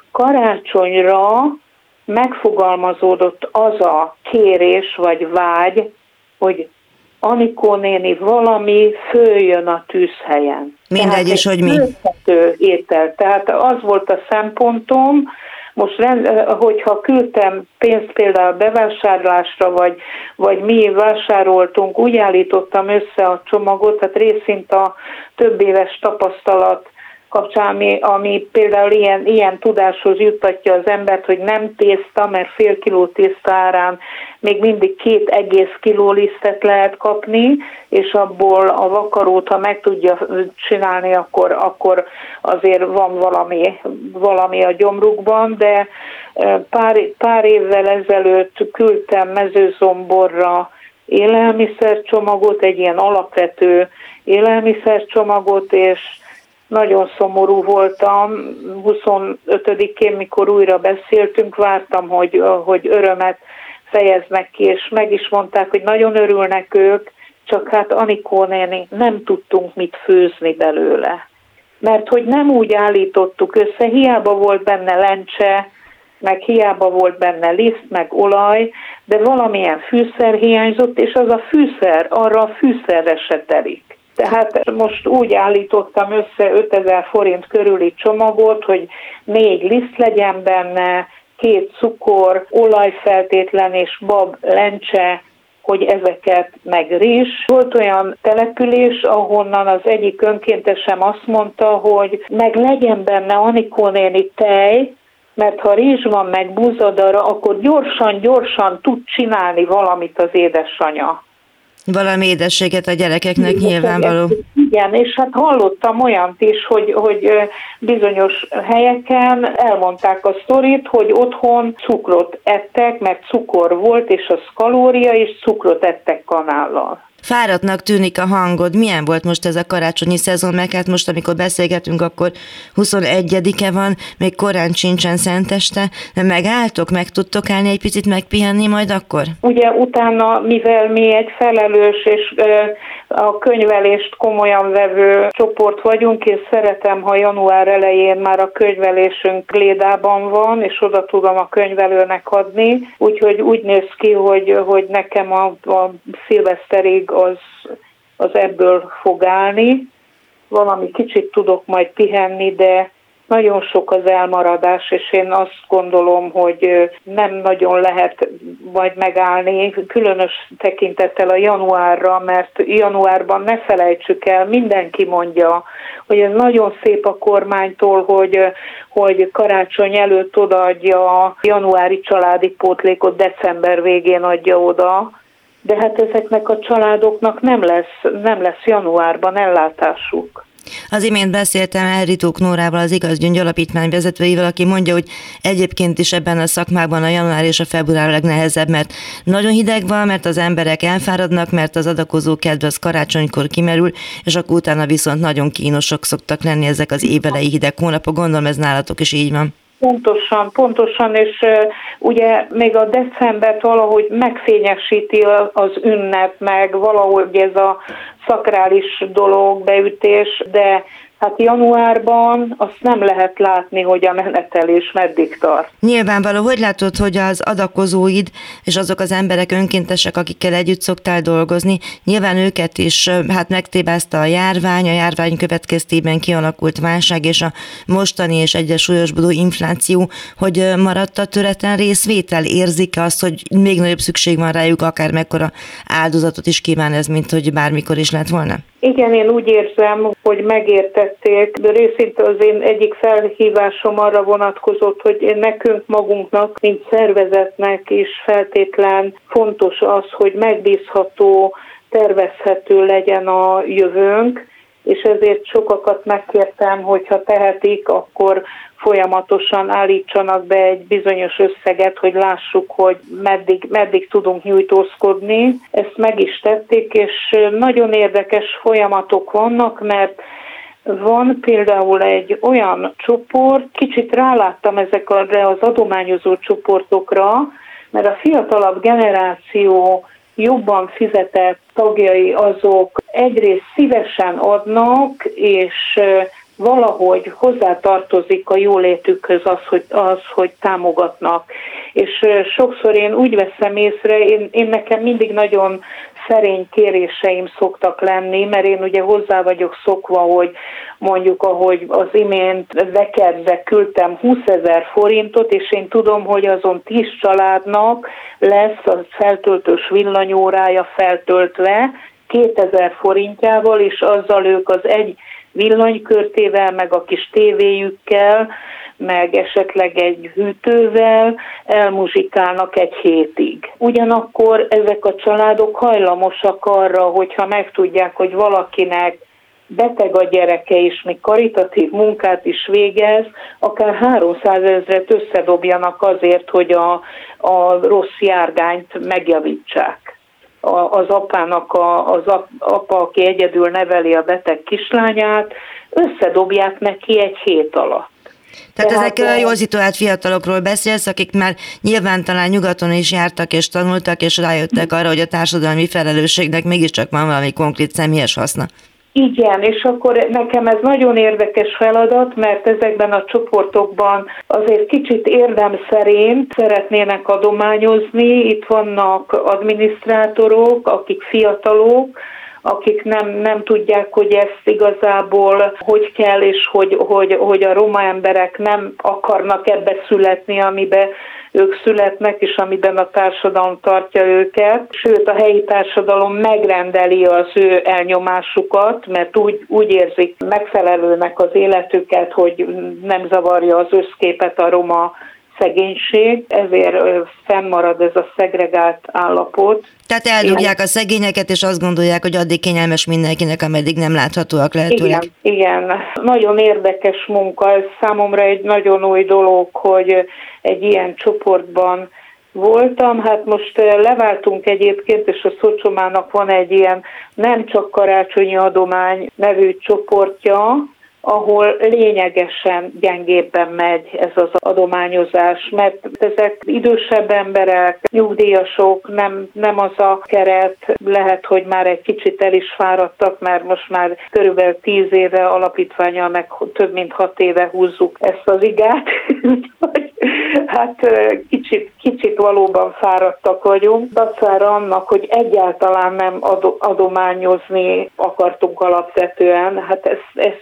karácsonyra megfogalmazódott az a kérés vagy vágy, hogy Anikó néni, valami följön a tűzhelyen. Mindegy is, hogy mi. Étel. Tehát az volt a szempontom, most hogyha küldtem pénzt például bevásárlásra, vagy, vagy mi vásároltunk, úgy állítottam össze a csomagot, tehát részint a több éves tapasztalat kapcsán, ami, ami például ilyen, ilyen tudáshoz juttatja az embert, hogy nem tészta, mert fél kiló tészta árán még mindig két egész kiló lisztet lehet kapni, és abból a vakarót, ha meg tudja csinálni, akkor, akkor azért van valami, valami a gyomrukban, de pár, pár évvel ezelőtt küldtem Mezőzomborra élelmiszercsomagot, egy ilyen alapvető élelmiszercsomagot, és nagyon szomorú voltam, huszonötödikén, mikor újra beszéltünk, vártam, hogy, hogy örömet fejeznek ki, és meg is mondták, hogy nagyon örülnek ők, csak hát Anikó néni, nem tudtunk mit főzni belőle. Mert hogy nem úgy állítottuk össze, hiába volt benne lencse, meg hiába volt benne liszt, meg olaj, de valamilyen fűszer hiányzott, és az a fűszer, arra a fűszerre se telik. Tehát most úgy állítottam össze ötezer forint körüli csomagot, hogy négy liszt legyen benne, két cukor, olajfeltétlen és bab lencse, hogy ezeket meg rizs. Volt olyan település, ahonnan az egyik önkéntesem azt mondta, hogy meg legyen benne Anikó néni tej, mert ha rizs van meg búzadara, akkor gyorsan-gyorsan tud csinálni valamit az édesanyja. Valami édességet a gyerekeknek nyilvánvaló. Igen, és hát hallottam olyant is, hogy, hogy bizonyos helyeken elmondták a sztorit, hogy otthon cukrot ettek, mert cukor volt, és az kalória, és cukrot ettek kanállal. Fáradtnak tűnik a hangod. Milyen volt most ez a karácsonyi szezon? Meg hát most, amikor beszélgetünk, akkor huszonegyedike van, még korán sincsen szenteste, de megálltok, meg tudtok állni egy picit megpihenni majd akkor? Ugye utána, mivel mi egy felelős és a könyvelést komolyan vevő csoport vagyunk, és szeretem, ha január elején már a könyvelésünk Lédában van, és oda tudom a könyvelőnek adni, úgyhogy úgy néz ki, hogy, hogy nekem a, a szilveszterig az, az ebből fog állni. Valami kicsit tudok majd pihenni, de nagyon sok az elmaradás, és én azt gondolom, hogy nem nagyon lehet majd megállni, különös tekintettel a januárra, mert januárban ne felejtsük el, mindenki mondja, hogy ez nagyon szép a kormánytól, hogy, hogy karácsony előtt odaadja a januári családi pótlékot, december végén adja oda, de hát ezeknek a családoknak nem lesz, nem lesz januárban ellátásuk. Az imént beszéltem Elritók Nórával, az Igaz Gyöngy Alapítvány vezetőjével, aki mondja, hogy egyébként is ebben a szakmában a január és a február a legnehezebb, mert nagyon hideg van, mert az emberek elfáradnak, mert az adakozó kedv az karácsonykor kimerül, és akkor utána viszont nagyon kínosak szoktak lenni ezek az évelei hideg hónapok. Gondolom ez nálatok is így van. Pontosan, pontosan, és uh, ugye még a decembert valahogy megfényesíti az ünnep, meg valahogy ez a szakrális dolog, beütés, de hát januárban azt nem lehet látni, hogy a menetelés meddig tart. Nyilvánvaló, hogy látod, hogy az adakozóid és azok az emberek önkéntesek, akikkel együtt szoktál dolgozni, nyilván őket is hát megtébázta a járvány, a járvány következtében kialakult válság és a mostani és egyre súlyosbodó infláció, hogy maradt a töretlen részvétel, érzik-e azt, hogy még nagyobb szükség van rájuk, akár mekkora áldozatot is kíván ez, mint hogy bármikor is lett volna? Igen, én úgy érzem, hogy megértették, de részint az én egyik felhívásom arra vonatkozott, hogy nekünk magunknak, mint szervezetnek is feltétlen fontos az, hogy megbízható, tervezhető legyen a jövőnk, és ezért sokakat megkértem, hogyha tehetik, akkor folyamatosan állítsanak be egy bizonyos összeget, hogy lássuk, hogy meddig, meddig tudunk nyújtózkodni. Ezt meg is tették, és nagyon érdekes folyamatok vannak, mert van például egy olyan csoport, kicsit ráláttam ezekre az adományozó csoportokra, mert a fiatalabb generáció jobban fizetett tagjai azok egyrészt szívesen adnak, és valahogy hozzátartozik a jólétükhöz az, hogy, az, hogy támogatnak. És sokszor én úgy veszem észre, én, én nekem mindig nagyon szerény kéréseim szoktak lenni, mert én ugye hozzá vagyok szokva, hogy mondjuk, ahogy az imént vekerze küldtem húszezer forintot, és én tudom, hogy azon tíz családnak lesz a feltöltős villanyórája feltöltve kétezer forintjával, és azzal ők az egy villanykörtével, meg a kis tévéjükkel, meg esetleg egy hűtővel elmuzsikálnak egy hétig. Ugyanakkor ezek a családok hajlamosak arra, hogyha megtudják, hogy valakinek beteg a gyereke, és még karitatív munkát is végez, akár háromszázezret összedobjanak azért, hogy a, a rossz járgányt megjavítsák. Az apának, a, az apa, aki egyedül neveli a beteg kislányát, összedobják neki egy hét alatt. Tehát, Tehát ezek jól szituált fiatalokról beszélsz, akik már nyilván talán nyugaton is jártak és tanultak, és rájöttek arra, hogy a társadalmi felelősségnek mégiscsak van valami konkrét személyes haszna. Igen, és akkor nekem ez nagyon érdekes feladat, mert ezekben a csoportokban azért kicsit érdem szerint szeretnének adományozni. Itt vannak adminisztrátorok, akik fiatalok, akik nem, nem tudják, hogy ezt igazából hogy kell, és hogy, hogy, hogy a roma emberek nem akarnak ebbe születni, amiben ők születnek, és amiben a társadalom tartja őket. Sőt, a helyi társadalom megrendeli az ő elnyomásukat, mert úgy, úgy érzik megfelelőnek az életüket, hogy nem zavarja az összképet a roma szegénység, ezért fennmarad ez a szegregált állapot. Tehát eldugják a szegényeket, és azt gondolják, hogy addig kényelmes mindenkinek, ameddig nem láthatóak lehetőleg. Igen, igen. Nagyon érdekes munka, ez számomra egy nagyon új dolog, hogy egy ilyen csoportban voltam. Hát most leváltunk egyébként, és a Szocsomának van egy ilyen nem csak karácsonyi adomány nevű csoportja, ahol lényegesen gyengébben megy ez az adományozás, mert ezek idősebb emberek, nyugdíjasok, nem, nem az a keret, lehet, hogy már egy kicsit el is fáradtak, mert most már körülbelül tíz éve alapítvánnyal, meg több mint hat éve húzzuk ezt az igát, hát kicsit, kicsit valóban fáradtak vagyunk, dacára annak, hogy egyáltalán nem adományozni akartunk alapvetően, hát ezt, ezt a dolgot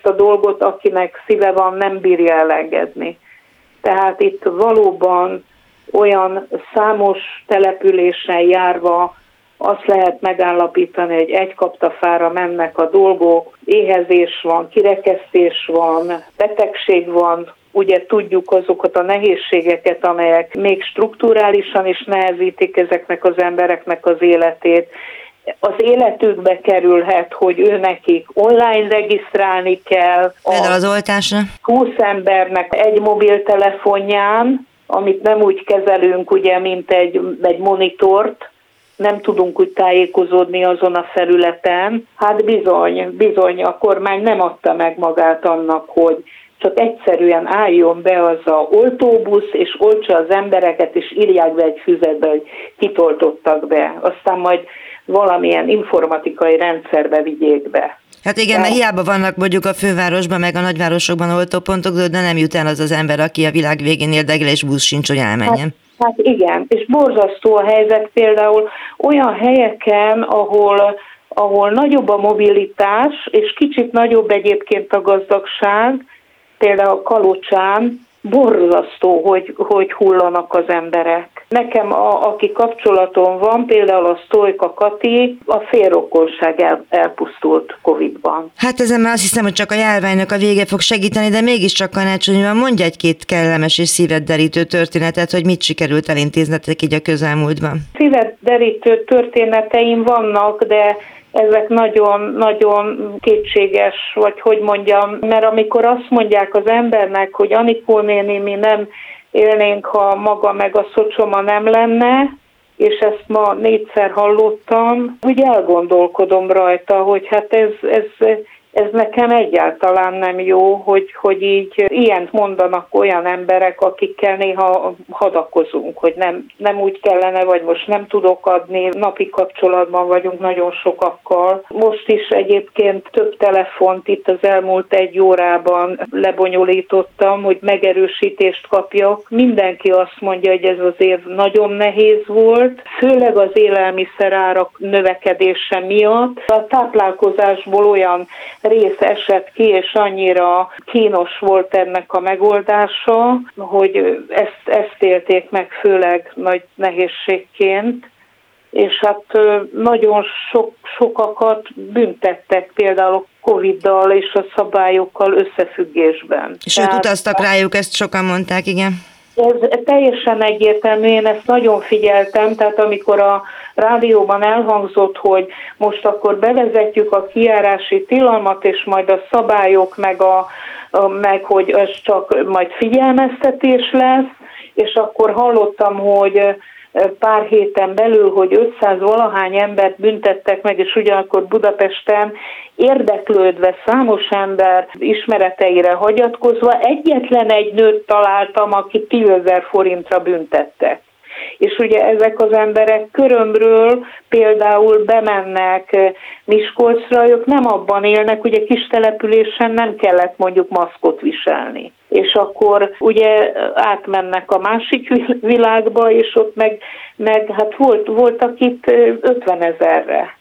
dolgot, akinek szíve van, nem bírja elengedni. Tehát itt valóban olyan számos településen járva azt lehet megállapítani, hogy egy kaptafára mennek a dolgok, éhezés van, kirekesztés van, betegség van, ugye tudjuk azokat a nehézségeket, amelyek még strukturálisan is nehezítik ezeknek az embereknek az életét. Az életükbe kerülhet, hogy ő nekik online regisztrálni kell. Például az oltásra? húsz embernek egy mobiltelefonján, amit nem úgy kezelünk, ugye, mint egy, egy monitort, nem tudunk úgy tájékozódni azon a felületen. Hát bizony, bizony, a kormány nem adta meg magát annak, hogy csak egyszerűen álljon be az a oltóbusz, és oltsa az embereket, és írják be egy füzetbe, hogy kit oltottak be. Aztán majd valamilyen informatikai rendszerbe vigyék be. Hát igen, mert hiába vannak mondjuk a fővárosban, meg a nagyvárosokban oltópontok, de nem jut el az az ember, aki a világ végén érdegel, és busz sincs, hogy elmenjen. Hát, hát igen, és borzasztó a helyzet például olyan helyeken, ahol, ahol nagyobb a mobilitás, és kicsit nagyobb egyébként a gazdagság, például Kalocsán, borzasztó, hogy, hogy hullanak az emberek. Nekem, a, aki kapcsolatom van, például a Sztojka Kati, a félrokonság el, elpusztult Covidban. Hát ezen már azt hiszem, hogy csak a járványnak a vége fog segíteni, de mégiscsak Karácsonyban mondj egy-két kellemes és szívedderítő történetet, hogy mit sikerült elintéznetek így a közelmúltban. Szívedderítő történeteim vannak, de ezek nagyon-nagyon kétséges, vagy hogy mondjam, mert amikor azt mondják az embernek, hogy Anikó néni, mi nem élnénk, ha maga meg a szocsoma nem lenne, és ezt ma négyszer hallottam, úgy elgondolkodom rajta, hogy hát ez, ez, ez nekem egyáltalán nem jó, hogy, hogy így ilyent mondanak olyan emberek, akikkel néha hadakozunk, hogy nem, nem úgy kellene, vagy most nem tudok adni, napi kapcsolatban vagyunk nagyon sokakkal. Most is egyébként több telefont itt az elmúlt egy órában lebonyolítottam, hogy megerősítést kapjak. Mindenki azt mondja, hogy ez az év nagyon nehéz volt, főleg az élelmiszerárak növekedése miatt. A táplálkozásból olyan rész esett ki, és annyira kínos volt ennek a megoldása, hogy ezt, ezt élték meg főleg nagy nehézségként, és hát nagyon sok, sokakat büntettek például a Coviddal és a szabályokkal összefüggésben. És ők utaztak rájuk, ezt sokan mondták, igen. Ez teljesen egyértelmű, én ezt nagyon figyeltem, tehát amikor a rádióban elhangzott, hogy most akkor bevezetjük a kijárási tilalmat, és majd a szabályok, meg, a, a, meg hogy ez csak majd figyelmeztetés lesz, és akkor hallottam, hogy pár héten belül, hogy ötszáz valahány embert büntettek meg, és ugyanakkor Budapesten érdeklődve számos ember ismereteire hagyatkozva egyetlen egy nőt találtam, aki tízezer forintra büntettek. És ugye ezek az emberek Körömről például bemennek Miskolcra, ők nem abban élnek, ugye kis településen nem kellett mondjuk maszkot viselni. És akkor ugye átmennek a másik világba, és ott meg, meg hát volt, voltak itt ötvenezerre.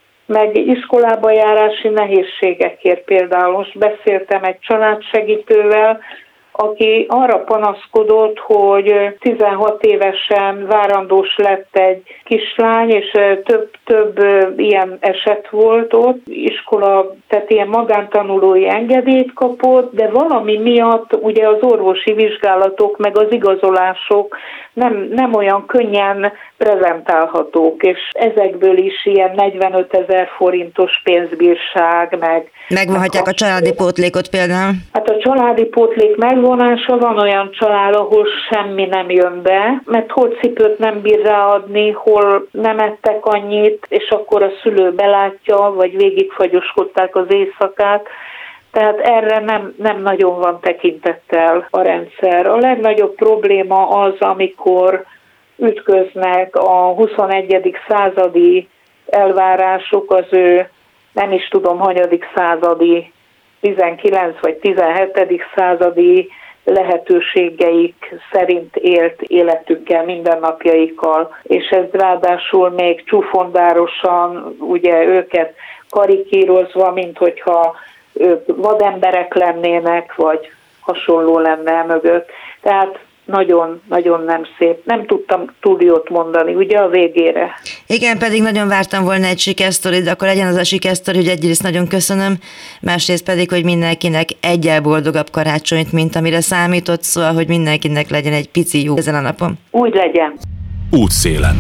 Meg iskolába járási nehézségekért például. Most beszéltem egy családsegítővel, aki arra panaszkodott, hogy tizenhat évesen várandós lett egy kislány, és több, több ilyen eset volt ott. Iskola, tehát ilyen magántanulói engedélyt kapott, de valami miatt ugye az orvosi vizsgálatok meg az igazolások nem, nem olyan könnyen prezentálhatók, és ezekből is ilyen negyvenötezer forintos pénzbírság, meg... Megvonhatják a családi pótlékot például? Hát a családi pótlék megvonása, van olyan család, ahol semmi nem jön be, mert hol cipőt nem bír ráadni, hol nem ettek annyit, és akkor a szülő belátja, vagy végigfagyoskodták az éjszakát. Tehát erre nem, nem nagyon van tekintettel a rendszer. A legnagyobb probléma az, amikor ütköznek a huszonegyedik századi elvárások az ő, nem is tudom, hanyadik századi, tizenkilencedik vagy tizenhetedik századi lehetőségeik szerint élt életükkel, mindennapjaikkal, és ez ráadásul még csúfondárosan, ugye őket karikírozva, mint hogyha ők vademberek lennének, vagy hasonló lenne mögött. Tehát nagyon-nagyon nem szép. Nem tudtam túl jót mondani, ugye a végére. Igen, pedig nagyon vártam volna egy sikersztorit, de akkor legyen az a sikersztori, hogy egyrészt nagyon köszönöm, másrészt pedig, hogy mindenkinek egyel boldogabb karácsonyt, mint amire számított, szóval, hogy mindenkinek legyen egy pici jó ezen a napon. Úgy legyen. Útszélen.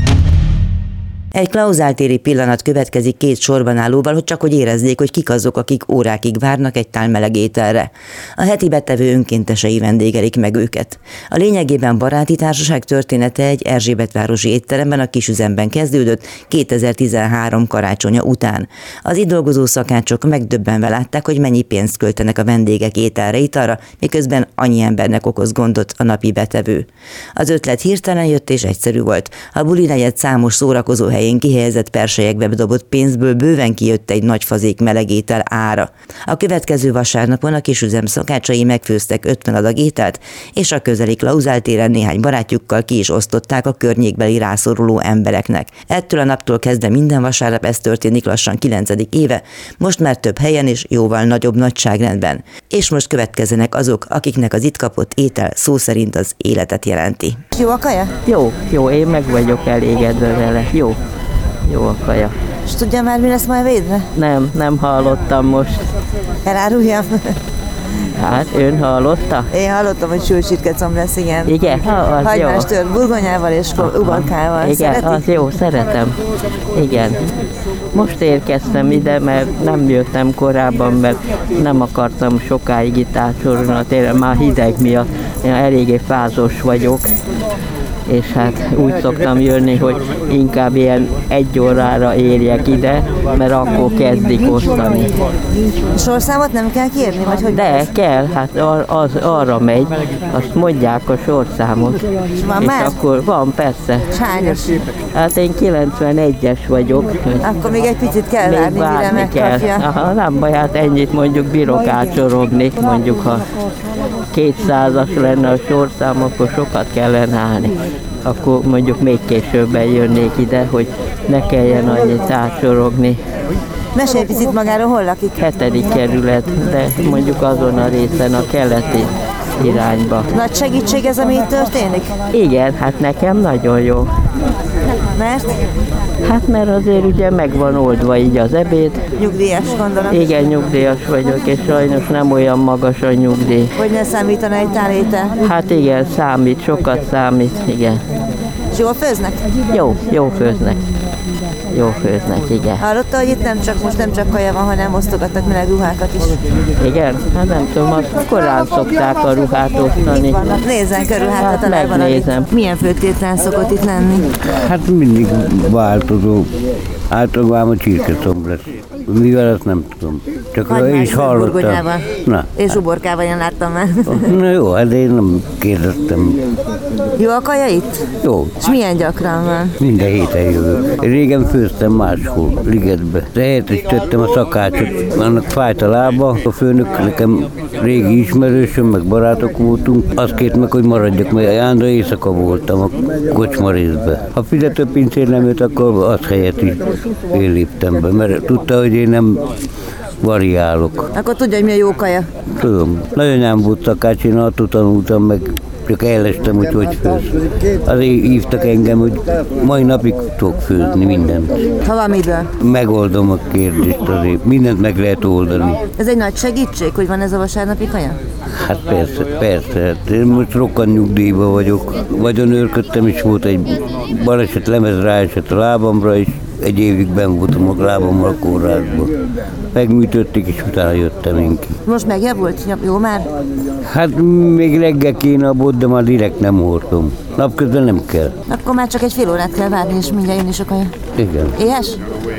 Egy klauzáltéri pillanat következik két sorban állóval, hogy csak hogy érezzék, hogy kik azok, akik órákig várnak egy tál meleg ételre. A heti betevő önkéntesei vendégelik meg őket. A lényegében baráti társaság története egy Erzsébetvárosi étteremben a Kisüzemben kezdődött kétezer-tizenhárom karácsonya után. Az itt dolgozó szakácsok megdöbbenve látták, hogy mennyi pénzt költenek a vendégek ételre, italra, miközben annyi embernek okoz gondot a napi betevő. Az ötlet hirtelen jött és egyszerű volt. A buli negyed számos szórakozó helyén kihelyezett perselyekbe bedobott pénzből bőven kijött egy nagy fazék melegétel ára. A következő vasárnapon a Kisüzem szakácsai megfőztek ötven adag ételt, és a közeli klauzáltéren néhány barátjukkal ki is osztották a környékbeli rászoruló embereknek. Ettől a naptól kezdve minden vasárnap ez történik lassan kilencedik éve, most már több helyen és jóval nagyobb nagyságrendben. És most következzenek azok, akiknek az itt kapott étel szó szerint az életet jelenti. Jó a kaja? Jó, jó, én meg vagyok elégedve vele. Jó. Jó a kaja. És tudja már, mi lesz majd védve? Nem, nem hallottam most. Eláruljam? Hát, ön hallotta? Én hallottam, hogy sülcsirkecom lesz, igen. Igen? Ha, az hagymás tört burgonyával és uborkával. Igen, szereti? az jó, szeretem. Igen. Most érkeztem ide, mert nem jöttem korábban, mert nem akartam sokáig itt átsorolni a téren, már hideg miatt. Én eléggé fázos vagyok. És hát úgy szoktam jönni, hogy inkább ilyen egy órára érjek ide, mert akkor kezdik osztani. Sorszámot nem kell kérni, vagy hogy? De kell, hát az arra megy, azt mondják a sorszámot. És van és már? akkor van, persze. És hányos? Hát én kilencvenegyes vagyok. Akkor még egy picit kell még várni, mire megkapja. Aha, nem baj, hát ennyit mondjuk bírok átsorogni, mondjuk ha kétszázas lenne a sorszám, akkor sokat kellene állni. Akkor mondjuk még későbben jönnék ide, hogy ne kelljen annyit átsorogni. Mesélj picit magáról, hol lakik? Hetedik kerület, de mondjuk azon a részen a keleti irányba. Nagy segítség ez, ami itt történik? Igen, hát nekem nagyon jó. Mert? Hát mert azért ugye meg van oldva így az ebéd. Nyugdíjas, gondolom. Igen, nyugdíjas vagyok, és sajnos nem olyan magas a nyugdíj. Hogy ne számítana egy tálétel? Hát igen, számít, sokat számít, igen. És jól főznek? Jó, jó főznek. Jó főznek, igen. Hallotta, hogy itt nem csak, most nem csak kaja van, hanem osztogatnak meleg ruhákat is? Igen? Hát nem tudom, azt korán szokták a ruhát osztani. Nézzen körül, hát, Hát a talán megnézem. Milyen főtétel szokott itt lenni? Hát mindig változó. Általában a csirkecomb lesz. Mivel azt nem tudom. Csak én is hallottam. Na. És uborkával, én láttam már. Na jó, hát én nem kérdeztem. Jó a kaja itt? Jó. És milyen gyakran van? Minden héten jövök. Régen főztem máshol, Ligetbe. De helyett is tettem a szakácsot. Annak fájt a lába. A főnök nekem régi ismerősöm, meg barátok voltunk. Azt kért meg, hogy maradjak, mert Jándra éjszaka voltam a kocsma részbe. Ha fizetőpincér nem jött, akkor azt helyett is én léptem be, mert tudta, hogy én nem variálok. Akkor tudja, hogy mi a jó kaja? Tudom. Nagyanyám volt szakács, én attól tanultam meg, csak ellestem, hogy hogy főz. Azért hívtak engem, hogy mai napig tudok főzni mindent. Ha van miből? Megoldom a kérdést azért. Mindent meg lehet oldani. Ez egy nagy segítség, hogy van ez a vasárnapi kaja? Hát persze, persze. Hát én most rokkant nyugdíjban vagyok. Vagyonőrködtem, és volt egy baleset, lemez ráesett a lábamra, és egy évig benn voltam a lábammal a kórházban. Megműtötték, és utána jöttem én ki. Most megjavult? Jó már? Hát még reggel kéne a bot, de már direkt nem hordom. Napközben nem kell. Akkor már csak egy fél órát kell várni, és mindjárt jön is a kaja. Igen. Éhes?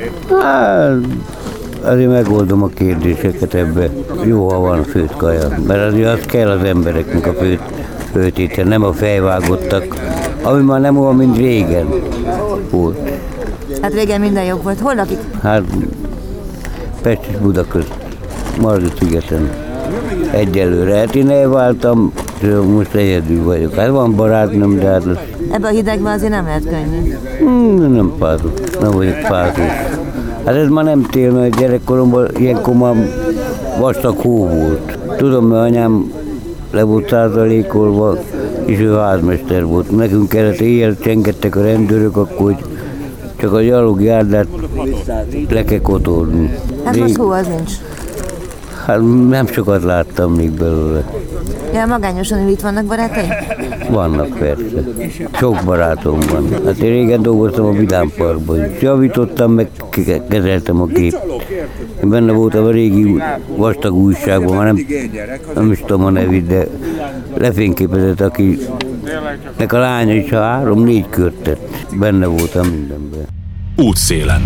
Hát, azért megoldom a kérdéseket ebbe. Jó, ha van főtt kaja, mert azért az kell az embereknek a főtt, főtétel, nem a fejvágottak, ami már nem olyan, mint régen volt. Hát régen minden jobb volt. Hol lakik? Hát Pest és Buda közt, Margit-szigeten. Egyelőre. Hát én elváltam, most egyedül vagyok. Hát van barátnőm, de hát az... Ebben a hidegben azért nem lehet könnyű. Hmm, nem fázok, nem vagyok fázós. Hát ez már nem tél, mert gyerekkoromban ilyenkor már vastag hó volt. Tudom, mert anyám le volt százalékolva, és ő házmester volt. Nekünk kellett éjjel csengettek a rendőrök, akkor csak a gyalog járdát le kell kotorni. Hát most hó az nincs. Hát nem sokat láttam még belőle. Ja, magányosan itt vannak barátai? Vannak persze. Sok barátom van. Hát én régen dolgoztam a Vidámparkban is. Javítottam, meg kezeltem a gép. Én benne voltam a régi vastag újságban, már nem, nem is tudom a nevét, de lefényképezett, akinek a lánya is három-négy kört tett. Benne voltam mindenben. Útszélen.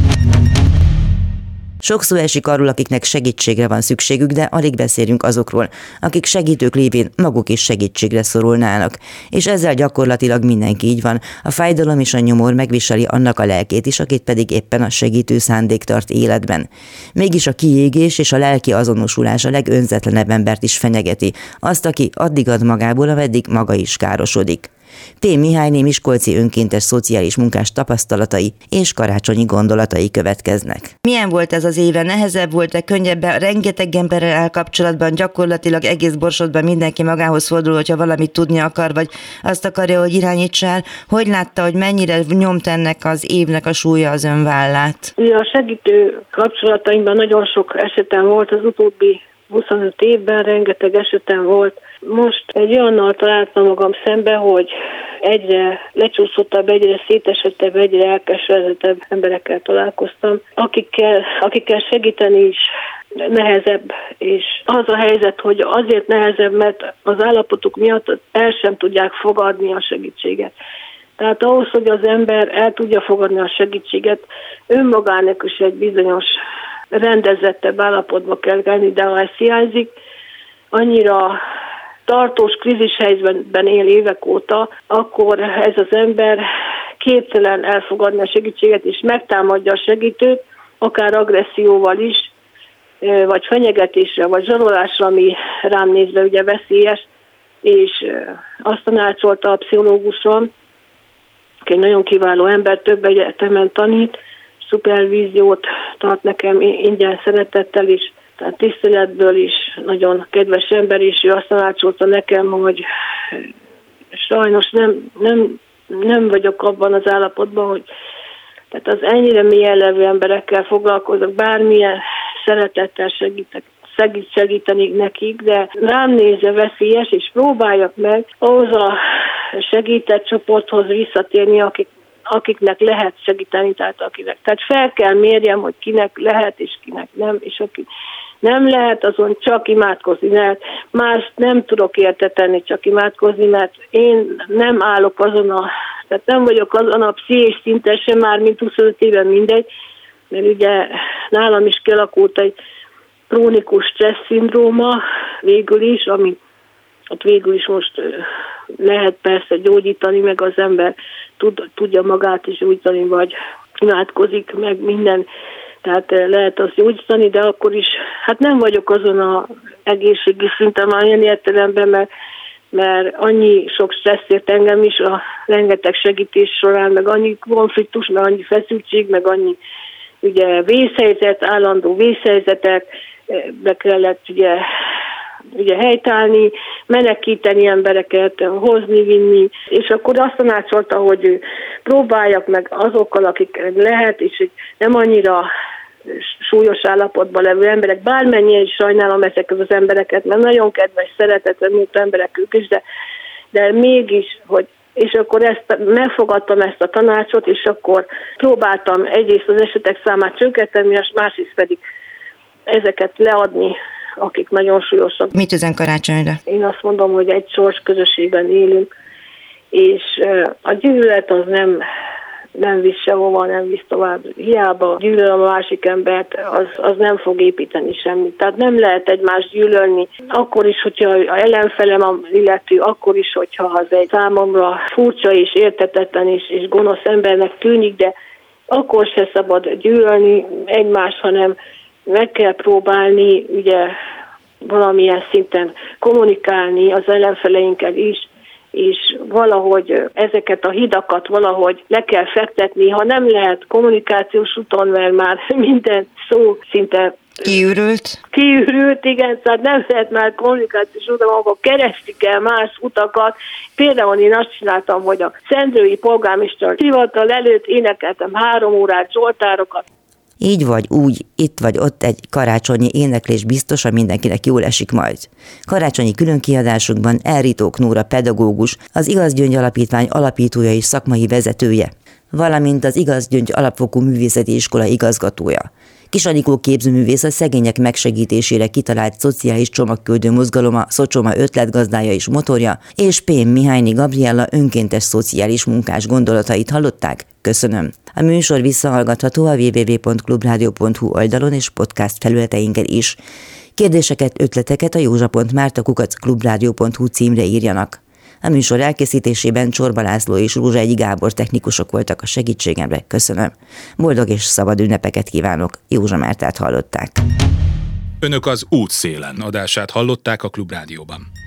Sok szó esik arról, akiknek segítségre van szükségük, de alig beszélünk azokról, akik segítők lévén maguk is segítségre szorulnának. És ezzel gyakorlatilag mindenki így van. A fájdalom és a nyomor megviseli annak a lelkét is, akit pedig éppen a segítő szándék tart életben. Mégis a kiégés és a lelki azonosulás a legönzetlenebb embert is fenyegeti, azt, aki addig ad magából, ameddig maga is károsodik. P. Mihályné miskolci önkéntes szociális munkás tapasztalatai és karácsonyi gondolatai következnek. Milyen volt ez az éve? Nehezebb volt-e, könnyebben? Rengeteg emberrel áll kapcsolatban, gyakorlatilag egész Borsodban mindenki magához fordul, hogyha valamit tudni akar, vagy azt akarja, hogy irányítsa el. Hogy látta, hogy mennyire nyomt ennek az évnek a súlya az ön vállát? Ugye a segítő kapcsolatainkban nagyon sok esetem volt az utóbbi huszonöt évben, rengeteg esetem volt. Most egy olyannal találtam magam szembe, hogy egyre lecsúszottabb, egyre szétesettebb, egyre elkeseredettebb emberekkel találkoztam, akikkel, akikkel segíteni is nehezebb, és az a helyzet, hogy azért nehezebb, mert az állapotuk miatt el sem tudják fogadni a segítséget. Tehát ahhoz, hogy az ember el tudja fogadni a segítséget, önmagának is egy bizonyos rendezettebb állapotba kell lenni, de ha ez hiányzik, annyira tartós krízis helyzetben él évek óta, akkor ez az ember képtelen elfogadni a segítséget, és megtámadja a segítőt, akár agresszióval is, vagy fenyegetésre, vagy zsarolásra, ami rám nézve ugye veszélyes, és azt tanácsolta a pszichológusom, egy nagyon kiváló ember, több egyetemen tanít, szupervíziót tart nekem ingyen szeretettel is, tehát tiszteletből is, nagyon kedves ember is, ő azt tanácsolta nekem, hogy sajnos nem, nem, nem vagyok abban az állapotban, hogy tehát az ennyire mélyen levő emberekkel foglalkozok, bármilyen szeretettel segítek, segít, segíteni nekik, de rám nézve veszélyes, és próbáljak meg ahhoz a segített csoporthoz visszatérni, akik akiknek lehet segíteni, tehát akinek. Tehát fel kell mérjem, hogy kinek lehet, és kinek nem, és aki nem lehet, azon csak imádkozni lehet. Más nem tudok érte tenni, csak imádkozni, mert én nem állok azon a, tehát nem vagyok azon a pszichés szinten sem már, mint huszonöt éven mindegy, mert ugye nálam is kialakult egy krónikus stressz szindróma végül is, ami ott végül is most lehet persze gyógyítani, meg az ember tud, tudja magát is gyógyítani, vagy imádkozik, meg minden, tehát lehet azt gyógyítani, de akkor is, hát nem vagyok azon a egészségi szinten már ilyen értelemben, mert, mert annyi sok stresszért engem is a rengeteg segítés során, meg annyi konfliktus, meg annyi feszültség, meg annyi ugye vészhelyzet, állandó vészhelyzetek, be kellett ugye ugye helytállni, menekíteni embereket, hozni, vinni, és akkor azt tanácsolta, hogy próbáljak meg azokkal, akik lehet, és hogy nem annyira súlyos állapotban levő emberek, bármennyire is sajnálom ezeket az embereket, mert nagyon kedves, szeretetlen mint emberek ők is, de, de mégis, hogy és akkor ezt, megfogadtam ezt a tanácsot, és akkor próbáltam egyrészt az esetek számát csökkenteni, és másrészt pedig ezeket leadni, akik nagyon súlyosak. Mit üzen karácsonyra? Én azt mondom, hogy egy sors közösségben élünk, és a gyűlölet az nem, nem visz sehova, nem visz tovább. Hiába gyűlölöm a másik embert, az, az nem fog építeni semmit. Tehát nem lehet egymást gyűlölni. Akkor is, hogyha a ellenfelem a illető, akkor is, hogyha az egy számomra furcsa és értetetlen és, és gonosz embernek tűnik, de akkor se szabad gyűlölni egymást, hanem meg kell próbálni ugye valamilyen szinten kommunikálni az ellenfeleinkkel is, és valahogy ezeket a hidakat valahogy le kell fektetni, ha nem lehet kommunikációs úton, mert már minden szó szinte Kiürült? Kiürült, igen, tehát nem lehet már kommunikációs utakon, akkor keresni kell más utakat. Például én azt csináltam, hogy a Szendrői polgármester hivatal előtt énekeltem három órát zsoltárokat. Így vagy úgy, itt vagy ott egy karácsonyi éneklés biztosan mindenkinek jól esik majd. Karácsonyi különkiadásukban Elritók Nóra pedagógus, az Igaz Gyöngy Alapítvány alapítója és szakmai vezetője, valamint az Igaz Gyöngy Alapfokú Művészeti Iskola igazgatója. Kis Anikó képzőművész a szegények megsegítésére kitalált szociális csomagküldő mozgaloma Szocsoma ötletgazdája és motorja, és Pém Mihályné Gabriella önkéntes szociális munkás gondolatait hallották. Köszönöm. A műsor visszahallgatható a double-u double-u double-u pont klubrádió pont hu oldalon és podcast felületeinken is. Kérdéseket, ötleteket a józsa pont márta kukac klubrádió pont hu címre írjanak. A műsor elkészítésében Csorba László és Rózsa Egyi Gábor technikusok voltak a segítségemre. Köszönöm. Boldog és szabad ünnepeket kívánok. Józsa Mártát hallották. Önök az Útszélen adását hallották a Klubrádióban.